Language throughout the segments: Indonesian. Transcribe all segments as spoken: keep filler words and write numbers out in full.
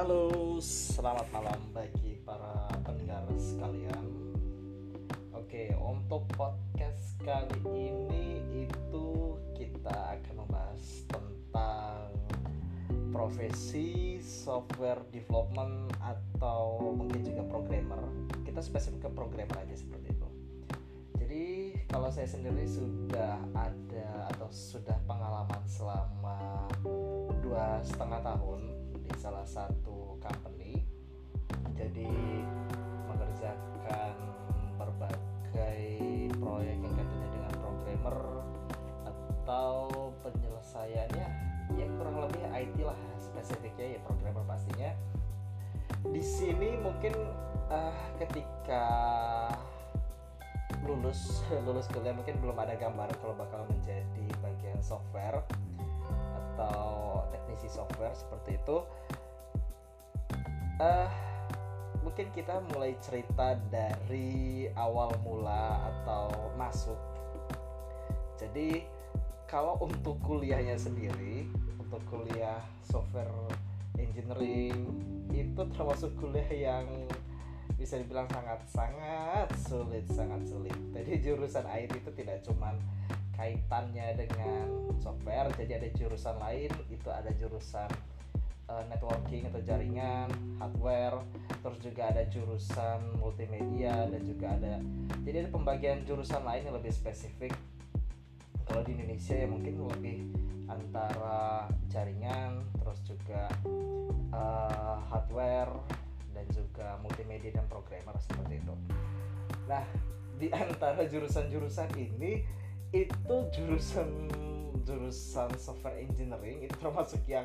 Halo, selamat malam bagi para pendengar sekalian. Oke, untuk podcast kali ini itu kita akan membahas tentang profesi software development atau mungkin juga programmer. Kita spesifik ke programmer aja seperti itu. Jadi kalau saya sendiri sudah ada atau sudah pengalaman selama dua setengah tahun di salah satu company, jadi mengerjakan berbagai proyek yang kaitannya dengan programmer atau penyelesaiannya ya kurang lebih I T lah, spesifiknya ya programmer pastinya. Di sini mungkin uh, ketika lulus lulus kuliah mungkin belum ada gambaran kalau bakal menjadi bagian software atau teknisi software seperti itu. Uh, mungkin kita mulai cerita dari awal mula atau masuk. Jadi kalau untuk kuliahnya sendiri, untuk kuliah software engineering itu termasuk kuliah yang bisa dibilang sangat-sangat sulit, sangat sulit. Jadi jurusan I T itu tidak cuma kaitannya dengan software, jadi ada jurusan lain, itu ada jurusan uh, networking atau jaringan, hardware, terus juga ada jurusan multimedia dan juga ada, jadi ada pembagian jurusan lain yang lebih spesifik. Kalau di Indonesia ya mungkin lebih antara jaringan, terus juga uh, hardware dan juga multimedia dan programmer seperti itu. Nah, di antara jurusan-jurusan ini itu jurusan jurusan software engineering itu termasuk yang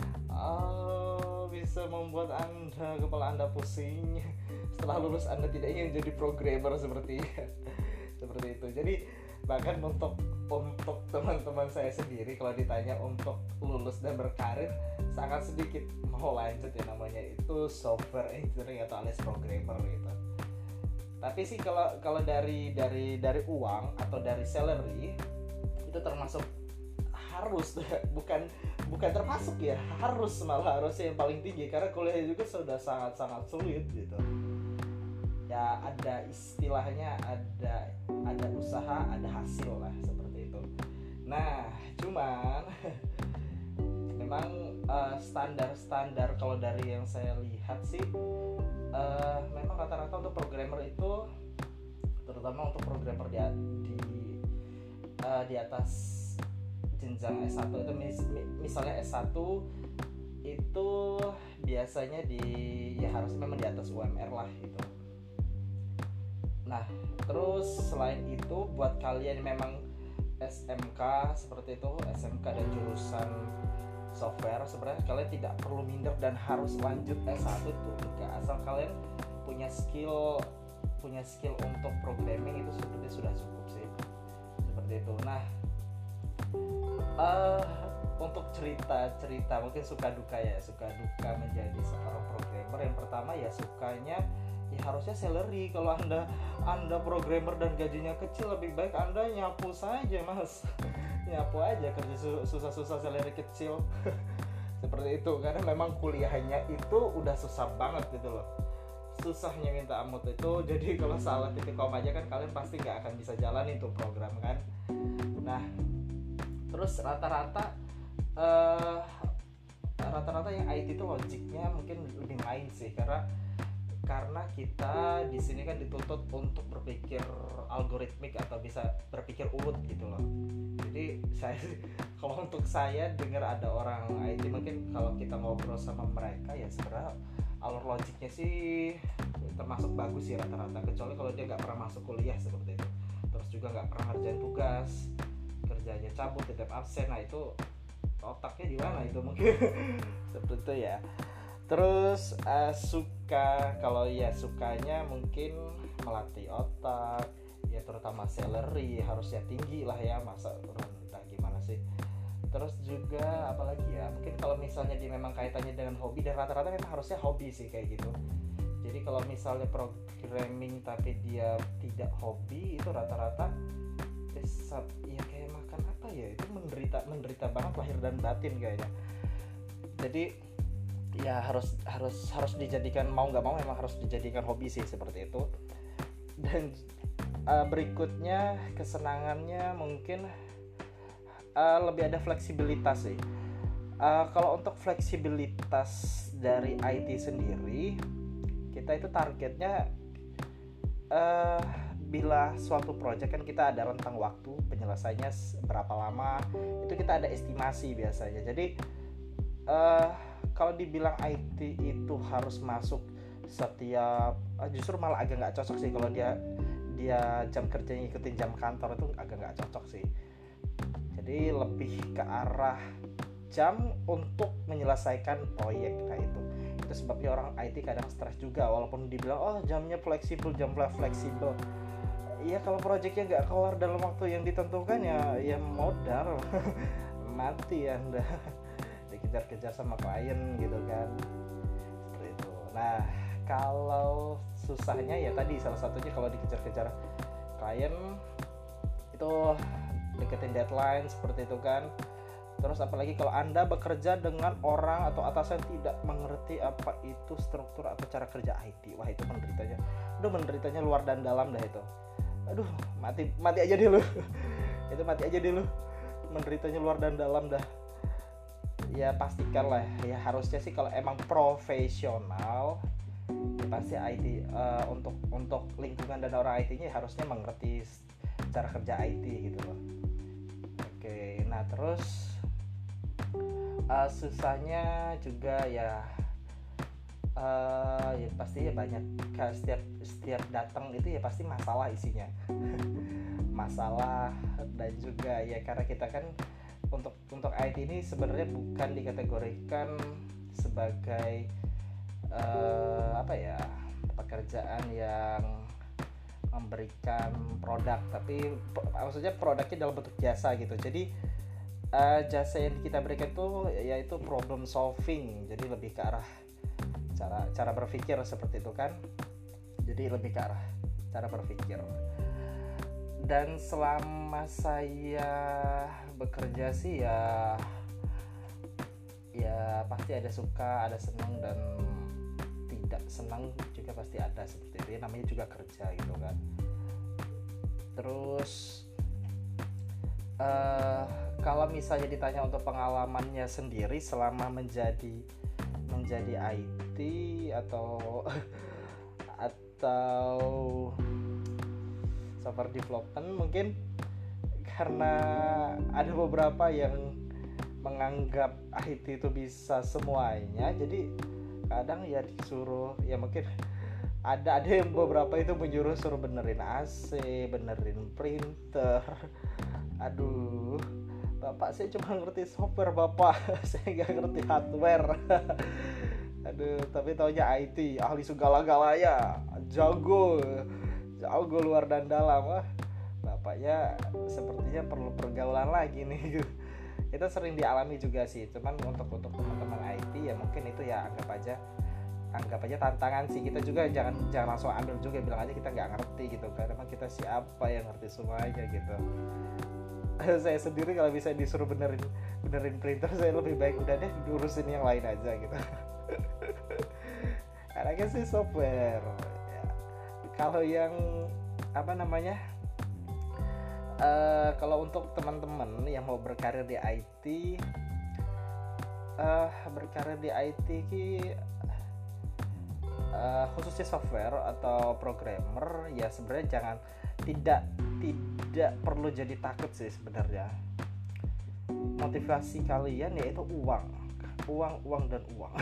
uh, bisa membuat anda kepala anda pusing. Setelah lulus anda tidak ingin jadi programmer seperti seperti itu. Jadi bahkan untuk untuk teman-teman saya sendiri kalau ditanya untuk lulus dan berkarir sangat sedikit mau lanjut ya namanya itu software engineering atau alias programmer gitu. Tapi sih kalau kalau dari dari dari uang atau dari salary itu termasuk harus bukan bukan termasuk ya harus malah harusnya yang paling tinggi karena kuliah juga sudah sangat-sangat sulit gitu. Ya ada istilahnya ada ada usaha ada hasil lah seperti itu. Nah cuman memang uh, standar-standar kalau dari yang saya lihat sih uh, memang rata-rata untuk programmer itu terutama untuk programmer di di, uh, di atas jenjang S satu itu mis, misalnya S satu itu biasanya di ya harusnya memang di atas U M R lah gitu. Nah terus selain itu buat kalian yang memang S M K seperti itu S M K dan jurusan software sebenarnya kalian tidak perlu minder dan harus lanjut S satu tuh enggak, asal kalian punya skill punya skill untuk programming itu seperti sudah cukup sih seperti itu. Nah uh, untuk cerita-cerita mungkin suka duka ya suka duka menjadi seorang programmer. Yang pertama ya sukanya ya harusnya salary. Kalau anda anda programmer dan gajinya kecil lebih baik anda nyapu saja mas nyapu aja kerja susah-susah salary kecil seperti itu karena memang kuliahnya itu udah susah banget gitu loh, susahnya minta ampun itu. Jadi kalau salah titik koma aja kan kalian pasti nggak akan bisa jalanin tuh program kan. Nah terus rata-rata uh, rata-rata yang I T itu logiknya mungkin lebih main sih karena karena kita di sini kan dituntut untuk berpikir algoritmik atau bisa berpikir ulet gitu loh. Jadi saya kalau untuk saya dengar ada orang I T mungkin kalau kita ngobrol sama mereka ya sebenarnya alur logiknya sih termasuk bagus sih rata-rata, kecuali kalau dia nggak pernah masuk kuliah seperti itu, terus juga nggak pernah ngerjain tugas, kerjanya cabut, titip absen. Nah itu otaknya di mana itu mungkin seperti itu ya. Terus uh, suka kalau ya sukanya mungkin melatih otak ya, terutama salary harusnya tinggi lah ya, masa rendah gimana sih. Terus juga apalagi ya mungkin kalau misalnya dia memang kaitannya dengan hobi, dan rata-rata memang harusnya hobi sih kayak gitu. Jadi kalau misalnya programming tapi dia tidak hobi itu rata-rata ya kayak makan apa ya, itu menderita menderita banget lahir dan batin kayaknya. Jadi ya harus harus harus dijadikan, mau nggak mau memang harus dijadikan hobi sih, seperti itu. Dan uh, berikutnya kesenangannya mungkin uh, lebih ada fleksibilitas sih. Uh, kalau untuk fleksibilitas dari I T sendiri, kita itu targetnya uh, bila suatu project kan kita ada rentang waktu penyelesaiannya berapa lama, itu kita ada estimasi biasanya. Jadi uh, kalau dibilang I T itu harus masuk setiap, uh, justru malah agak nggak cocok sih kalau dia dia jam kerjanya ngikutin jam kantor, itu agak nggak cocok sih. Jadi lebih ke arah jam untuk menyelesaikan proyek. Nah itu itu sebabnya orang I T kadang stres juga, walaupun dibilang oh jamnya fleksibel, jam fleksibel. Iya, kalau proyeknya nggak kelar dalam waktu yang ditentukan ya ya modal mati Anda dikejar-kejar sama klien gitu kan, seperti itu. Nah kalau susahnya ya tadi salah satunya kalau dikejar-kejar klien itu deketin deadline seperti itu kan. Terus apalagi kalau Anda bekerja dengan orang atau atasan tidak mengerti apa itu struktur atau cara kerja I T, wah itu menderitanya, aduh menderitanya luar dan dalam dah itu. Aduh mati mati aja deh lu itu mati aja deh lu menderitanya luar dan dalam dah. Ya pastikan lah ya, harusnya sih kalau emang profesional ya pasti I T uh, untuk untuk lingkungan dan orang I T-nya harusnya mengerti cara kerja I T gitu loh. Oke, nah terus uh, susahnya juga ya uh, ya pasti ya banyak, setiap setiap datang itu ya pasti masalah isinya masalah. Dan juga ya karena kita kan untuk untuk I T ini sebenarnya bukan dikategorikan sebagai uh, apa ya pekerjaan yang memberikan produk, tapi maksudnya produknya dalam bentuk jasa gitu. Jadi uh, jasa yang kita berikan itu yaitu problem solving, jadi lebih ke arah cara cara berpikir seperti itu kan. Jadi lebih ke arah cara berpikir. Dan selama saya bekerja sih ya ya pasti ada suka, ada senang, dan tidak senang juga pasti ada, seperti itu. Namanya juga kerja gitu kan. Terus uh, kalau misalnya ditanya untuk pengalamannya sendiri selama menjadi menjadi I T atau atau software development, mungkin karena ada beberapa yang menganggap I T itu bisa semuanya, jadi kadang ya disuruh, ya mungkin ada ada yang beberapa itu menyuruh suruh benerin A C, benerin printer. Aduh, bapak saya cuma ngerti software bapak, saya nggak ngerti hardware. Aduh, tapi taunya I T, ahli segala-galanya, jago, jago luar dan dalam. Wah, bapaknya sepertinya perlu pergaulan lagi nih. Itu sering dialami juga sih, cuman untuk untuk teman-teman I T ya mungkin itu ya anggap aja anggap aja tantangan sih. Kita juga jangan jangan langsung ambil juga, bilang aja kita nggak ngerti gitu, karena emang kita siapa yang ngerti semuanya gitu. Saya sendiri kalau bisa disuruh benerin benerin printer, saya lebih baik udah deh diurusin yang lain aja gitu. Karena kan sih software ya. Kalau yang apa namanya Uh, kalau untuk teman-teman yang mau berkarir di I T, uh, berkarir di I T uh, khususnya software atau programmer, ya sebenarnya jangan tidak tidak perlu jadi takut sih sebenarnya. Motivasi kalian yaitu uang, uang, uang dan uang.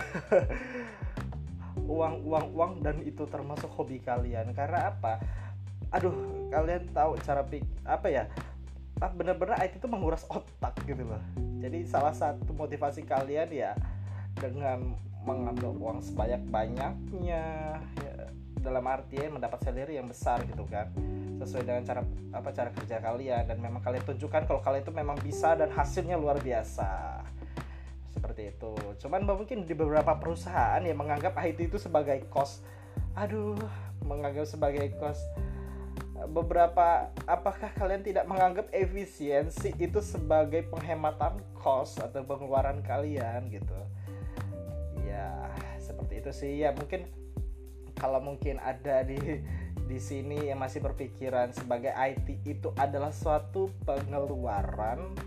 uang, uang, uang dan itu termasuk hobi kalian. Karena apa? Aduh, kalian tahu cara pik apa ya? Ah, benar-benar I T itu menguras otak gitu loh. Jadi salah satu motivasi kalian ya dengan mengambil uang sebanyak-banyaknya ya, dalam artian mendapat salary yang besar gitu kan, sesuai dengan cara apa cara kerja kalian, dan memang kalian tunjukkan kalau kalian itu memang bisa dan hasilnya luar biasa. Seperti itu. Cuman mungkin di beberapa perusahaan yang menganggap I T itu sebagai cost. Aduh, menganggap sebagai cost. Beberapa, apakah kalian tidak menganggap efisiensi itu sebagai penghematan cost atau pengeluaran kalian gitu? Ya Ya seperti itu sih ya. Mungkin kalau mungkin ada di di sini yang masih berpikiran sebagai I T itu adalah suatu pengeluaran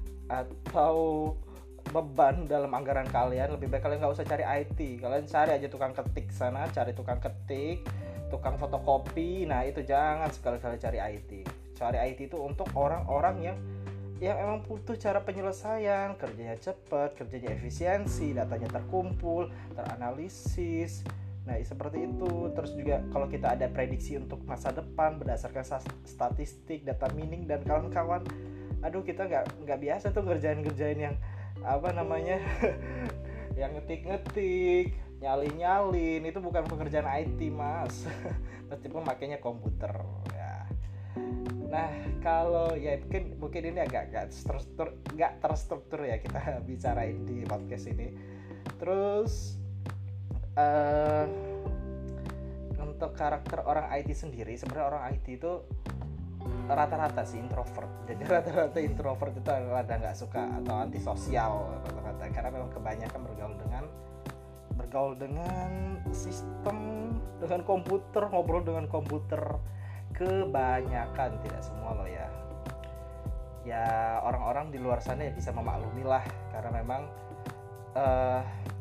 atau beban dalam anggaran kalian, lebih baik kalian nggak usah cari I T. Kalian cari aja tukang ketik sana, cari tukang ketik, tukang fotokopi. Nah itu jangan sekali-kali cari I T. Cari I T itu untuk orang-orang yang yang emang butuh cara penyelesaian, kerjanya cepat, kerjanya efisiensi, datanya terkumpul, teranalisis. Nah seperti itu. Terus juga kalau kita ada prediksi untuk masa depan berdasarkan statistik, data mining dan kawan-kawan, aduh kita nggak nggak biasa tuh ngerjain-ngerjain yang apa namanya yang ngetik-ngetik, nyalin-nyalin. Itu bukan pekerjaan I T mas. Meskipun makanya komputer ya. Nah kalau ya mungkin mungkin ini agak nggak terstruktur nggak terstruktur ya kita bicarain di podcast ini. Terus uh, untuk karakter orang I T sendiri, sebenarnya orang I T itu rata-rata sih introvert. Jadi rata-rata introvert itu rada nggak suka atau antisosial rata-rata, karena memang kebanyakan bergaul dengan bergaul dengan sistem, dengan komputer, ngobrol dengan komputer. Kebanyakan, tidak semua loh ya. Ya orang-orang di luar sana ya bisa memaklumi lah, karena memang uh,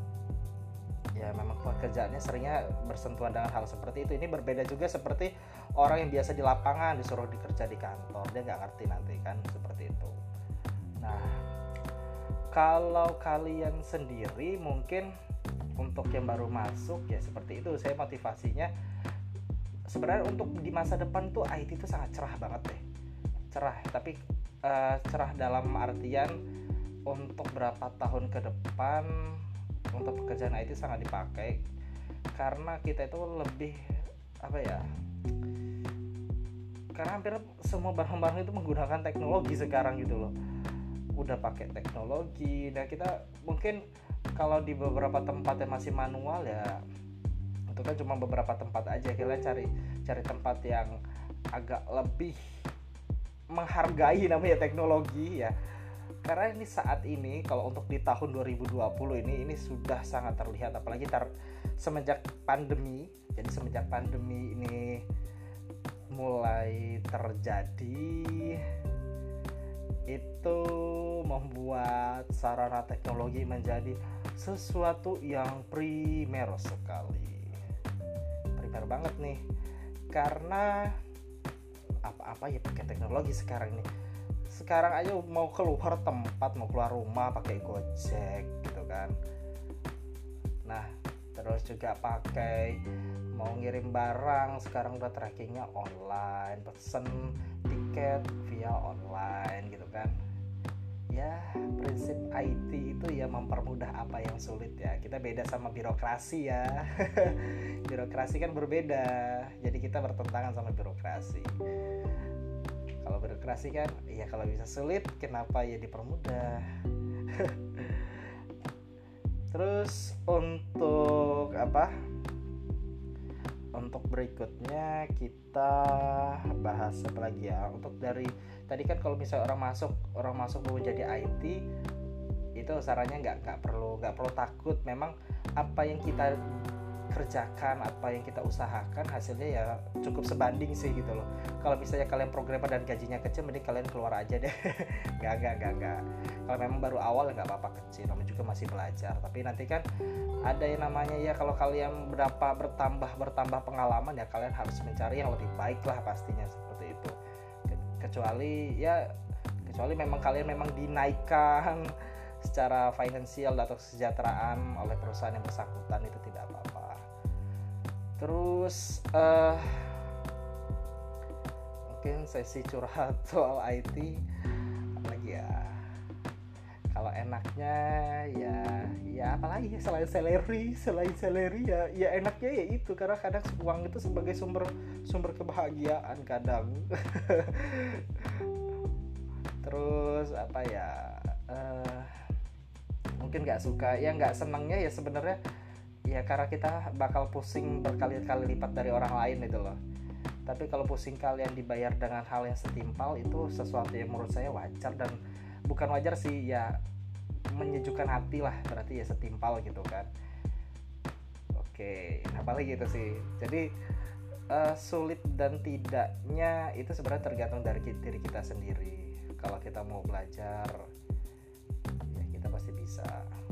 ya memang pekerjaannya seringnya bersentuhan dengan hal seperti itu. Ini berbeda juga seperti orang yang biasa di lapangan disuruh dikerja di kantor, dia nggak ngerti nanti kan seperti itu. Nah kalau kalian sendiri mungkin untuk yang baru masuk ya seperti itu, saya motivasinya sebenarnya untuk di masa depan tuh I T itu sangat cerah banget deh. Cerah, tapi uh, cerah dalam artian untuk berapa tahun ke depan untuk pekerjaan I T sangat dipakai, karena kita itu lebih apa ya, karena hampir semua barang-barang itu menggunakan teknologi sekarang gitu loh, udah pakai teknologi. Dan kita mungkin kalau di beberapa tempat yang masih manual ya itu kan cuma beberapa tempat aja, kalian cari cari tempat yang agak lebih menghargai namanya teknologi ya. Karena ini saat ini kalau untuk di tahun dua ribu dua puluh ini ini sudah sangat terlihat, apalagi ter, semenjak pandemi. Jadi semenjak pandemi ini mulai terjadi, itu membuat sarana teknologi menjadi sesuatu yang primer sekali. Primer banget nih, karena apa-apa ya pakai teknologi sekarang nih. Sekarang aja mau keluar tempat, mau keluar rumah pakai Gojek gitu kan. Nah terus juga pakai mau ngirim barang sekarang udah trackingnya online, pesen tiket via online gitu kan. Ya prinsip I T itu ya mempermudah apa yang sulit ya. Kita beda sama birokrasi ya. Birokrasi kan berbeda, jadi kita bertentangan sama birokrasi. Kalau birokrasi kan ya kalau bisa sulit kenapa ya dipermudah. Terus untuk apa? Untuk berikutnya kita bahas apa lagi ya? Untuk dari tadi kan kalau misalnya orang masuk orang masuk mau jadi I T itu sarannya nggak nggak perlu nggak perlu takut. Memang apa yang kita kerjakan, apa yang kita usahakan hasilnya ya cukup sebanding sih gitu loh. Kalau misalnya kalian programmer dan gajinya kecil, mending kalian keluar aja deh. Gak gak gak gak. Kalau memang baru awal ya nggak apa-apa kecil, namanya juga masih belajar. Tapi nanti kan ada yang namanya ya kalau kalian berapa bertambah bertambah pengalaman ya kalian harus mencari yang lebih baik lah pastinya seperti itu. Kecuali ya kecuali memang kalian memang dinaikkan secara finansial atau kesejahteraan oleh perusahaan yang bersangkutan, itu tidak apa-apa. Terus uh, mungkin sesi curhat soal I T apalagi ya. Kalau enaknya ya ya apalagi ya, selain salary selain salary ya ya enaknya ya itu, karena kadang uang itu sebagai sumber sumber kebahagiaan kadang. Terus apa ya, uh, mungkin nggak suka ya nggak senangnya ya sebenarnya ya karena kita bakal pusing berkali-kali lipat dari orang lain itu loh. Tapi kalau pusing kalian dibayar dengan hal yang setimpal, itu sesuatu yang menurut saya wajar, dan bukan wajar sih ya, menyejukkan hati lah, berarti ya setimpal gitu kan. Oke, apalagi itu sih. Jadi uh, sulit dan tidaknya itu sebenarnya tergantung dari diri kita sendiri. Kalau kita mau belajar, ya kita pasti bisa.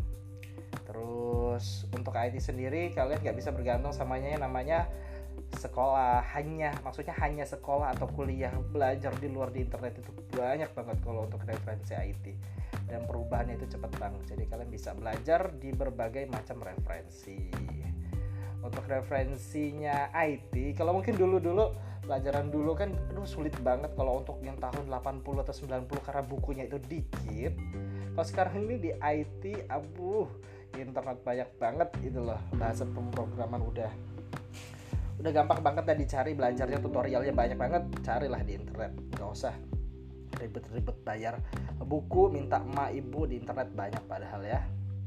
Terus untuk I T sendiri kalian nggak bisa bergantung samanya yang namanya sekolah, hanya maksudnya hanya sekolah atau kuliah. Belajar di luar di internet itu banyak banget kalau untuk referensi I T, dan perubahannya itu cepat banget. Jadi kalian bisa belajar di berbagai macam referensi. Untuk referensinya I T, kalau mungkin dulu-dulu pelajaran dulu kan aduh sulit banget kalau untuk yang tahun delapan puluh atau sembilan puluh karena bukunya itu dikit. Kalau sekarang ini di I T, abuh, internet banyak banget itu loh, bahasa pemrograman udah udah gampang banget dan dicari, belajarnya tutorialnya banyak banget, carilah di internet, nggak usah ribet-ribet bayar buku, minta emak ibu di internet banyak padahal ya.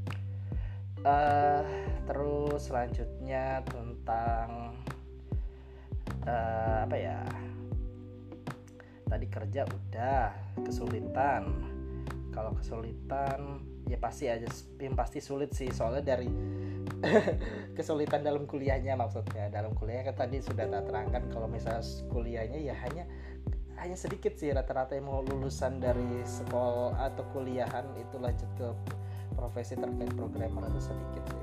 Uh, terus selanjutnya tentang uh, apa ya, tadi kerja udah, kesulitan. Kalau kesulitan ya pasti aja, yang pasti sulit sih, soalnya dari kesulitan dalam kuliahnya, maksudnya dalam kuliah kan tadi sudah tak terangkan kalau misalnya kuliahnya ya hanya hanya sedikit sih, rata-rata yang mau lulusan dari sekolah atau kuliahan itu lanjut ke profesi terkait programmer itu sedikit sih.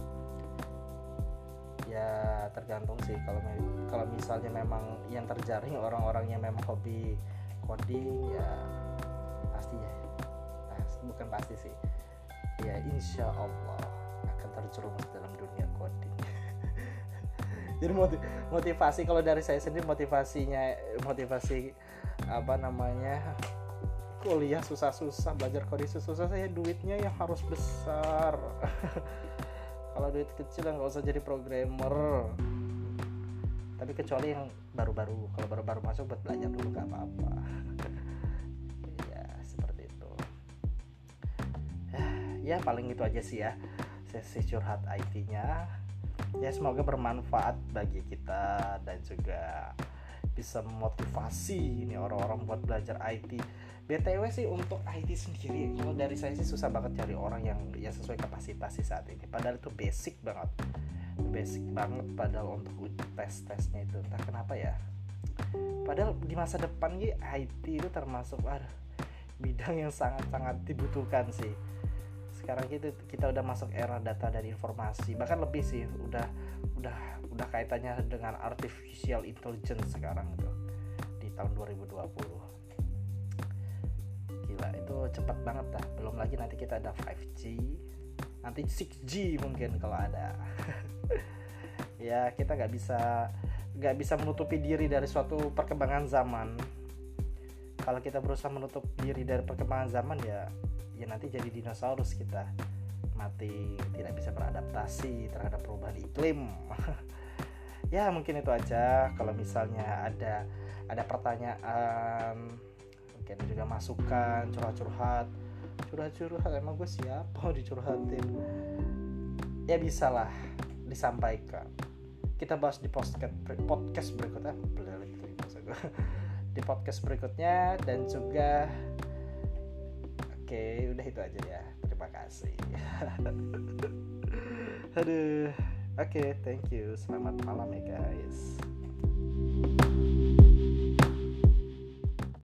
Ya tergantung sih, kalau kalau misalnya memang yang terjaring orang-orang yang memang hobi coding ya pasti ya, nah, bukan pasti sih ya, insya Allah akan terjerumus dalam dunia coding. Jadi motivasi kalau dari saya sendiri, motivasinya motivasi apa namanya kuliah susah-susah, belajar coding susah-susah, saya duitnya yang harus besar. Kalau duit kecil nggak usah jadi programmer. Tapi kecuali yang baru-baru, kalau baru-baru masuk buat belajar dulu nggak apa-apa. Ya seperti itu. Ya paling itu aja sih ya sesi curhat I T-nya. Ya semoga bermanfaat bagi kita dan juga bisa memotivasi ini orang-orang buat belajar I T. B T W sih untuk I T sendiri, kalau dari saya sih susah banget cari orang yang ya sesuai kapasitas sih saat ini. Padahal itu basic banget, basic banget padahal untuk tes-tesnya itu, entah kenapa ya. Padahal di masa depan ya I T itu termasuk ah, bidang yang sangat-sangat dibutuhkan sih. Sekarang kita kita udah masuk era data dan informasi, bahkan lebih sih, udah udah udah kaitannya dengan artificial intelligence sekarang tuh di tahun dua ribu dua puluh. Gila, itu cepat banget dah. Belum lagi nanti kita ada five G, nanti six G mungkin kalau ada. Ya kita nggak bisa nggak bisa menutupi diri dari suatu perkembangan zaman. Kalau kita berusaha menutup diri dari perkembangan zaman ya ya nanti jadi dinosaurus kita, mati, tidak bisa beradaptasi terhadap perubahan iklim. Ya mungkin itu aja. Kalau misalnya ada ada pertanyaan, mungkin juga masukan, curhat-curhat curhat-curhat emang gue siapa dicurhatin, ya bisalah disampaikan. Kita bahas di podcast podcast berikutnya, di podcast berikutnya. Dan juga oke, udah itu aja ya. Terima kasih. Aduh. Oke, okay, thank you. Selamat malam ya guys.